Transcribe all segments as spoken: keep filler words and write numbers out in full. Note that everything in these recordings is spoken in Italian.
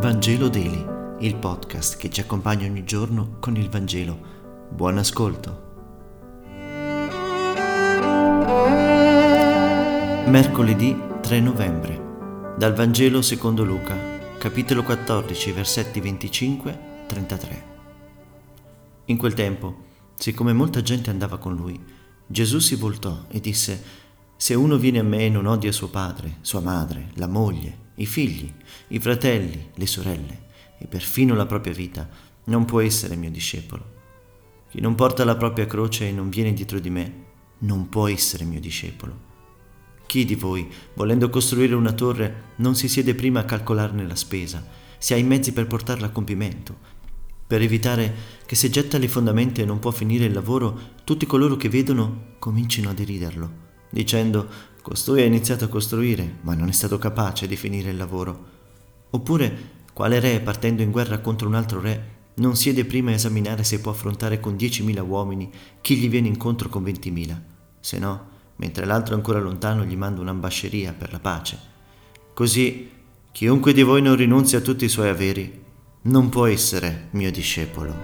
Vangelo Daily, il podcast che ci accompagna ogni giorno con il Vangelo. Buon ascolto. Mercoledì tre novembre. Dal Vangelo secondo Luca, capitolo quattordici, versetti venticinque trentatré. In quel tempo, siccome molta gente andava con lui, Gesù si voltò e disse: «Se uno viene a me e non odia suo padre, sua madre, la moglie, i figli, i fratelli, le sorelle e perfino la propria vita, non può essere mio discepolo. Chi non porta la propria croce e non viene dietro di me, non può essere mio discepolo. Chi di voi, volendo costruire una torre, non si siede prima a calcolarne la spesa, se ha i mezzi per portarla a compimento, per evitare che se getta le fondamenta e non può finire il lavoro, tutti coloro che vedono comincino a deriderlo, dicendo: costui ha iniziato a costruire, ma non è stato capace di finire il lavoro. Oppure, quale re, partendo in guerra contro un altro re, non siede prima a esaminare se può affrontare con diecimila uomini chi gli viene incontro con ventimila, se no, mentre l'altro è ancora lontano, gli manda un'ambasceria per la pace. Così, chiunque di voi non rinunzia a tutti i suoi averi, non può essere mio discepolo».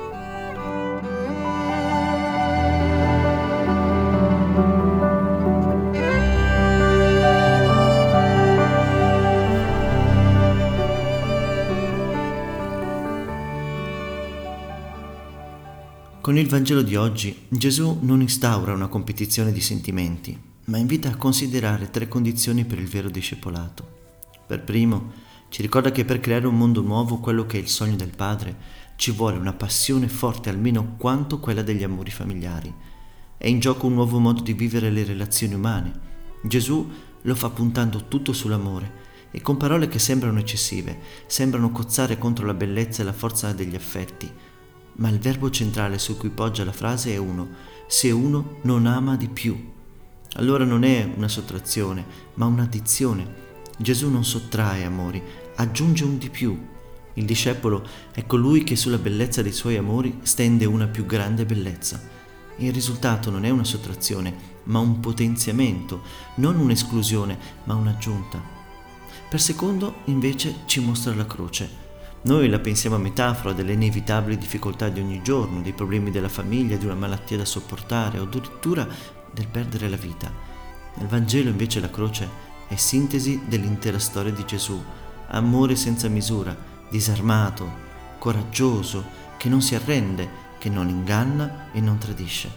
Con il Vangelo di oggi Gesù non instaura una competizione di sentimenti, ma invita a considerare tre condizioni per il vero discepolato. Per primo, ci ricorda che per creare un mondo nuovo, quello che è il sogno del Padre, ci vuole una passione forte almeno quanto quella degli amori familiari. È in gioco un nuovo modo di vivere le relazioni umane. Gesù lo fa puntando tutto sull'amore e con parole che sembrano eccessive, sembrano cozzare contro la bellezza e la forza degli affetti. Ma il verbo centrale su cui poggia la frase è uno: se uno non ama di più. Allora non è una sottrazione, ma un'addizione. Gesù non sottrae amori, aggiunge un di più. Il discepolo è colui che sulla bellezza dei suoi amori stende una più grande bellezza. Il risultato non è una sottrazione, ma un potenziamento, non un'esclusione, ma un'aggiunta. Per secondo, invece, ci mostra la croce. Noi la pensiamo a metafora delle inevitabili difficoltà di ogni giorno, dei problemi della famiglia, di una malattia da sopportare o addirittura del perdere la vita. Nel Vangelo invece la croce è sintesi dell'intera storia di Gesù, amore senza misura, disarmato, coraggioso, che non si arrende, che non inganna e non tradisce.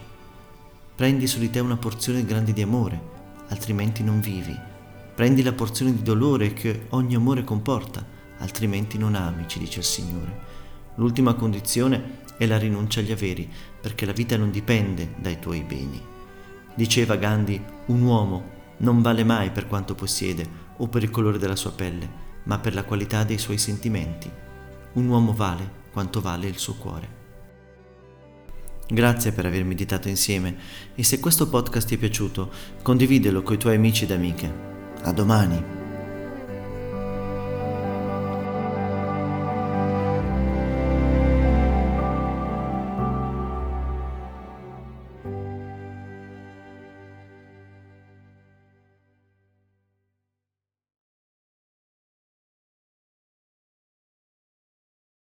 Prendi su di te una porzione grande di amore, altrimenti non vivi. Prendi la porzione di dolore che ogni amore comporta, altrimenti non ami, ci dice il Signore. L'ultima condizione è la rinuncia agli averi, perché la vita non dipende dai tuoi beni. Diceva Gandhi: un uomo non vale mai per quanto possiede o per il colore della sua pelle, ma per la qualità dei suoi sentimenti. Un uomo vale quanto vale il suo cuore. Grazie per aver meditato insieme e se questo podcast ti è piaciuto, condividilo coi tuoi amici ed amiche. A domani!